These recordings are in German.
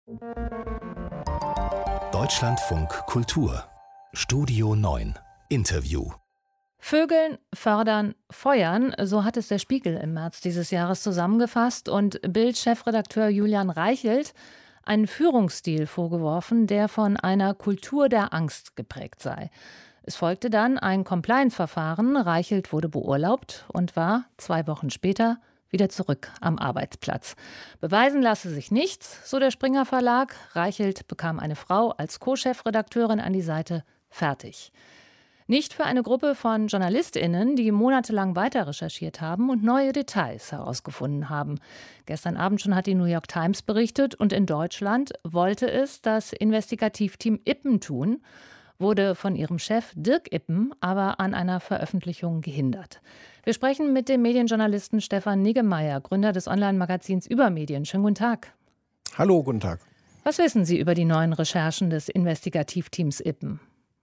Deutschlandfunk Kultur Studio 9 Interview. Vögeln, fördern, feuern, so hat es der Spiegel im März dieses Jahres zusammengefasst und Bild-Chefredakteur Julian Reichelt einen Führungsstil vorgeworfen, der von einer Kultur der Angst geprägt sei. Es folgte dann ein Compliance-Verfahren, Reichelt wurde beurlaubt und war 2 Wochen später wieder zurück am Arbeitsplatz. Beweisen lasse sich nichts, so der Springer Verlag. Reichelt bekam eine Frau als Co-Chefredakteurin an die Seite. Fertig. Nicht für eine Gruppe von JournalistInnen, die monatelang weiter recherchiert haben und neue Details herausgefunden haben. Gestern Abend schon hat die New York Times berichtet und in Deutschland wollte es das Investigativteam Ippen tun, wurde von ihrem Chef Dirk Ippen aber an einer Veröffentlichung gehindert. Wir sprechen mit dem Medienjournalisten Stefan Niggemeier, Gründer des Online-Magazins Übermedien. Schönen guten Tag. Hallo, guten Tag. Was wissen Sie über die neuen Recherchen des Investigativteams Ippen?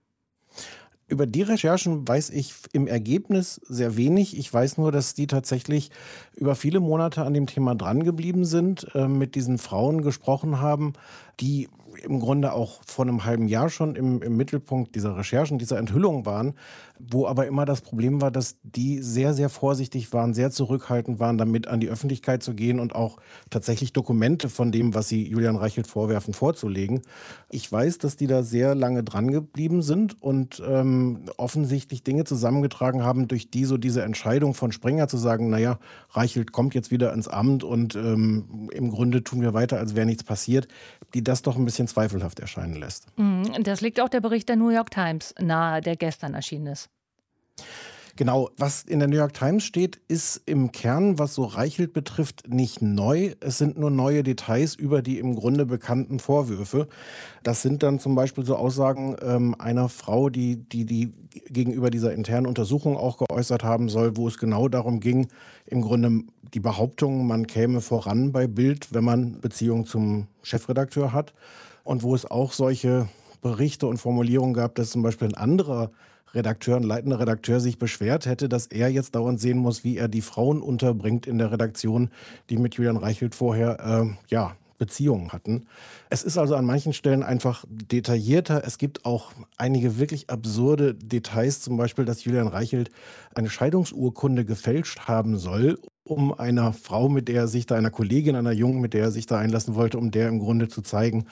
Über die Recherchen weiß ich im Ergebnis sehr wenig. Ich weiß nur, dass die tatsächlich über viele Monate an dem Thema drangeblieben sind, mit diesen Frauen gesprochen haben, die im Grunde auch vor einem halben Jahr schon im Mittelpunkt dieser Recherchen, dieser Enthüllungen waren, wo aber immer das Problem war, dass die sehr, sehr vorsichtig waren, sehr zurückhaltend waren, damit an die Öffentlichkeit zu gehen und auch tatsächlich Dokumente von dem, was sie Julian Reichelt vorwerfen, vorzulegen. Ich weiß, dass die da sehr lange dran geblieben sind und offensichtlich Dinge zusammengetragen haben, durch die so diese Entscheidung von Springer zu sagen, naja, Reichelt kommt jetzt wieder ins Amt und im Grunde tun wir weiter, als wäre nichts passiert, die das doch ein bisschen zweifelhaft erscheinen lässt. Das liegt auch der Bericht der New York Times nahe, der gestern erschienen ist. Genau, was in der New York Times steht, ist im Kern, was so Reichelt betrifft, nicht neu. Es sind nur neue Details über die im Grunde bekannten Vorwürfe. Das sind dann zum Beispiel so Aussagen einer Frau, die gegenüber dieser internen Untersuchung auch geäußert haben soll, wo es genau darum ging, im Grunde die Behauptung, man käme voran bei Bild, wenn man Beziehung zum Chefredakteur hat. Und wo es auch solche Berichte und Formulierungen gab, dass zum Beispiel ein anderer Redakteur, ein leitender Redakteur sich beschwert hätte, dass er jetzt dauernd sehen muss, wie er die Frauen unterbringt in der Redaktion, die mit Julian Reichelt vorher Beziehungen hatten. Es ist also an manchen Stellen einfach detaillierter. Es gibt auch einige wirklich absurde Details, zum Beispiel, dass Julian Reichelt eine Scheidungsurkunde gefälscht haben soll, um einer Frau, mit der er sich da, einer Kollegin, einer Jungen, mit der er sich da einlassen wollte, um der im Grunde zu zeigen,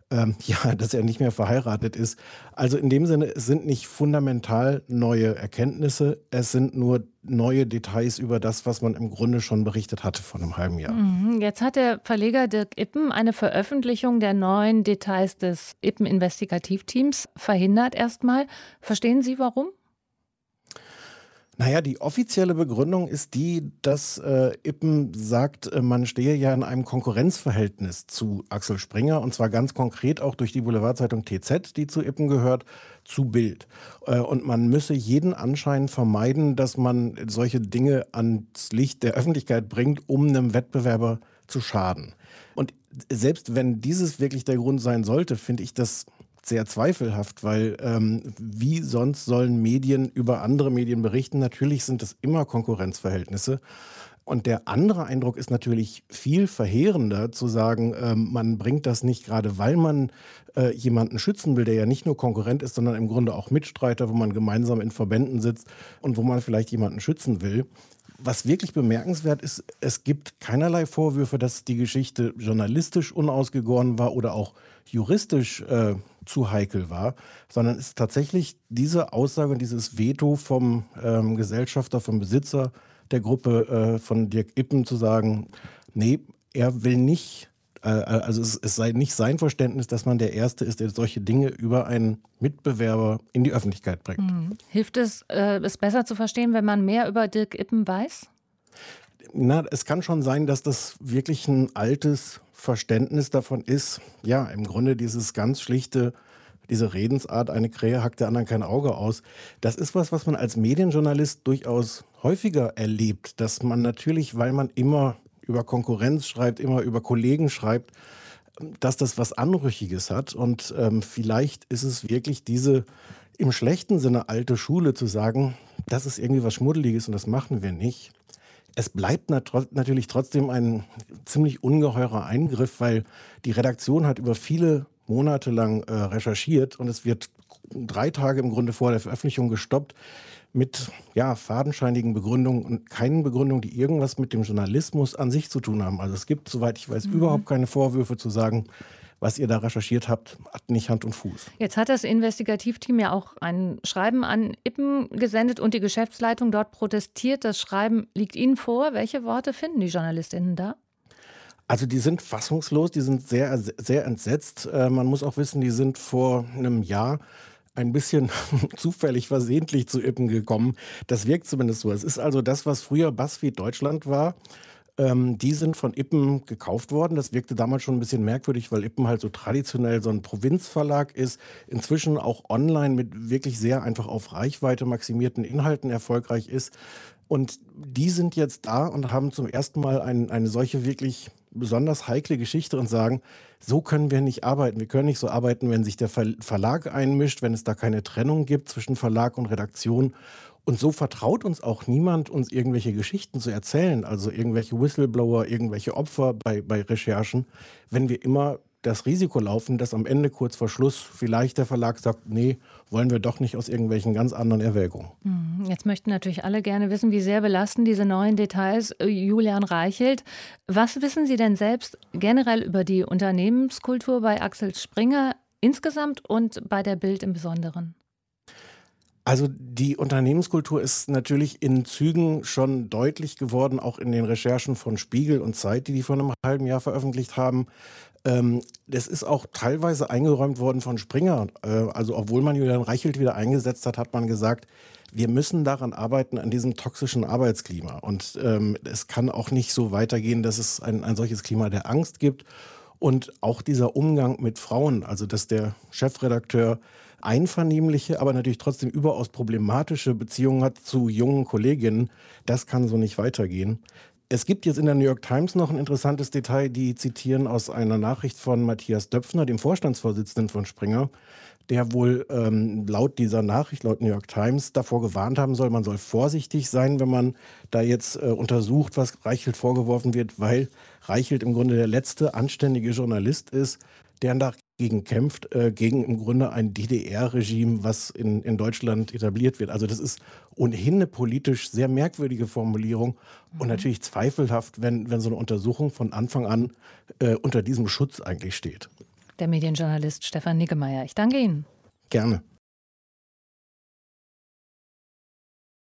dass er nicht mehr verheiratet ist. Also in dem Sinne, es sind nicht fundamental neue Erkenntnisse, es sind nur neue Details über das, was man im Grunde schon berichtet hatte vor einem halben Jahr. Jetzt hat der Verleger Dirk Ippen eine Veröffentlichung der neuen Details des Ippen-Investigativteams verhindert erstmal. Verstehen Sie, warum? Naja, die offizielle Begründung ist die, dass Ippen sagt, man stehe ja in einem Konkurrenzverhältnis zu Axel Springer und zwar ganz konkret auch durch die Boulevardzeitung TZ, die zu Ippen gehört, zu Bild. Und man müsse jeden Anschein vermeiden, dass man solche Dinge ans Licht der Öffentlichkeit bringt, um einem Wettbewerber zu schaden. Und selbst wenn dieses wirklich der Grund sein sollte, finde ich das sehr zweifelhaft, weil wie sonst sollen Medien über andere Medien berichten? Natürlich sind es immer Konkurrenzverhältnisse. Und der andere Eindruck ist natürlich viel verheerender, zu sagen, man bringt das nicht gerade, weil man jemanden schützen will, der ja nicht nur Konkurrent ist, sondern im Grunde auch Mitstreiter, wo man gemeinsam in Verbänden sitzt und wo man vielleicht jemanden schützen will. Was wirklich bemerkenswert ist, es gibt keinerlei Vorwürfe, dass die Geschichte journalistisch unausgegoren war oder auch juristisch zu heikel war, sondern es ist tatsächlich diese Aussage und dieses Veto vom Gesellschafter, vom Besitzer der Gruppe von Dirk Ippen zu sagen, nee, er will nicht, also es sei nicht sein Verständnis, dass man der Erste ist, der solche Dinge über einen Mitbewerber in die Öffentlichkeit bringt. Hilft es, es besser zu verstehen, wenn man mehr über Dirk Ippen weiß? Na, es kann schon sein, dass das wirklich ein altes Verständnis davon ist, ja, im Grunde dieses ganz schlichte, diese Redensart, eine Krähe hackt der anderen kein Auge aus. Das ist was man als Medienjournalist durchaus häufiger erlebt, dass man natürlich, weil man immer über Konkurrenz schreibt, immer über Kollegen schreibt, dass das was Anrüchiges hat. Und vielleicht ist es wirklich diese im schlechten Sinne alte Schule zu sagen, das ist irgendwie was Schmuddeliges und das machen wir nicht. Es bleibt natürlich trotzdem ein ziemlich ungeheurer Eingriff, weil die Redaktion hat über viele Monate lang recherchiert und es wird 3 Tage im Grunde vor der Veröffentlichung gestoppt mit fadenscheinigen Begründungen und keinen Begründungen, die irgendwas mit dem Journalismus an sich zu tun haben. Also es gibt, soweit ich weiß, überhaupt keine Vorwürfe zu sagen, was ihr da recherchiert habt, hat nicht Hand und Fuß. Jetzt hat das Investigativteam ja auch ein Schreiben an Ippen gesendet und die Geschäftsleitung dort protestiert. Das Schreiben liegt Ihnen vor. Welche Worte finden die JournalistInnen da? Also die sind fassungslos, die sind sehr, sehr entsetzt. Man muss auch wissen, die sind vor einem Jahr ein bisschen zufällig versehentlich zu Ippen gekommen. Das wirkt zumindest so. Es ist also das, was früher BuzzFeed Deutschland war. Die sind von Ippen gekauft worden. Das wirkte damals schon ein bisschen merkwürdig, weil Ippen halt so traditionell so ein Provinzverlag ist. Inzwischen auch online mit wirklich sehr einfach auf Reichweite maximierten Inhalten erfolgreich ist. Und die sind jetzt da und haben zum ersten Mal eine solche wirklich besonders heikle Geschichte und sagen, so können wir nicht arbeiten. Wir können nicht so arbeiten, wenn sich der Verlag einmischt, wenn es da keine Trennung gibt zwischen Verlag und Redaktion. Und so vertraut uns auch niemand, uns irgendwelche Geschichten zu erzählen, also irgendwelche Whistleblower, irgendwelche Opfer bei Recherchen, wenn wir immer das Risiko laufen, dass am Ende kurz vor Schluss vielleicht der Verlag sagt, nee, wollen wir doch nicht aus irgendwelchen ganz anderen Erwägungen. Jetzt möchten natürlich alle gerne wissen, wie sehr belasten diese neuen Details Julian Reichelt. Was wissen Sie denn selbst generell über die Unternehmenskultur bei Axel Springer insgesamt und bei der Bild im Besonderen? Also die Unternehmenskultur ist natürlich in Zügen schon deutlich geworden, auch in den Recherchen von Spiegel und Zeit, die vor einem halben Jahr veröffentlicht haben. Das ist auch teilweise eingeräumt worden von Springer. Also obwohl man Julian Reichelt wieder eingesetzt hat, hat man gesagt, wir müssen daran arbeiten, an diesem toxischen Arbeitsklima. Und es kann auch nicht so weitergehen, dass es ein solches Klima der Angst gibt. Und auch dieser Umgang mit Frauen, also dass der Chefredakteur einvernehmliche, aber natürlich trotzdem überaus problematische Beziehungen hat zu jungen Kolleginnen, das kann so nicht weitergehen. Es gibt jetzt in der New York Times noch ein interessantes Detail, die zitieren aus einer Nachricht von Matthias Döpfner, dem Vorstandsvorsitzenden von Springer, der wohl laut dieser Nachricht, laut New York Times, davor gewarnt haben soll, man soll vorsichtig sein, wenn man da jetzt untersucht, was Reichelt vorgeworfen wird, weil Reichelt im Grunde der letzte anständige Journalist ist, der dagegen kämpft, gegen im Grunde ein DDR-Regime, was in Deutschland etabliert wird. Also das ist ohnehin eine politisch sehr merkwürdige Formulierung und natürlich zweifelhaft, wenn so eine Untersuchung von Anfang an unter diesem Schutz eigentlich steht. Der Medienjournalist Stefan Niggemeier. Ich danke Ihnen. Gerne.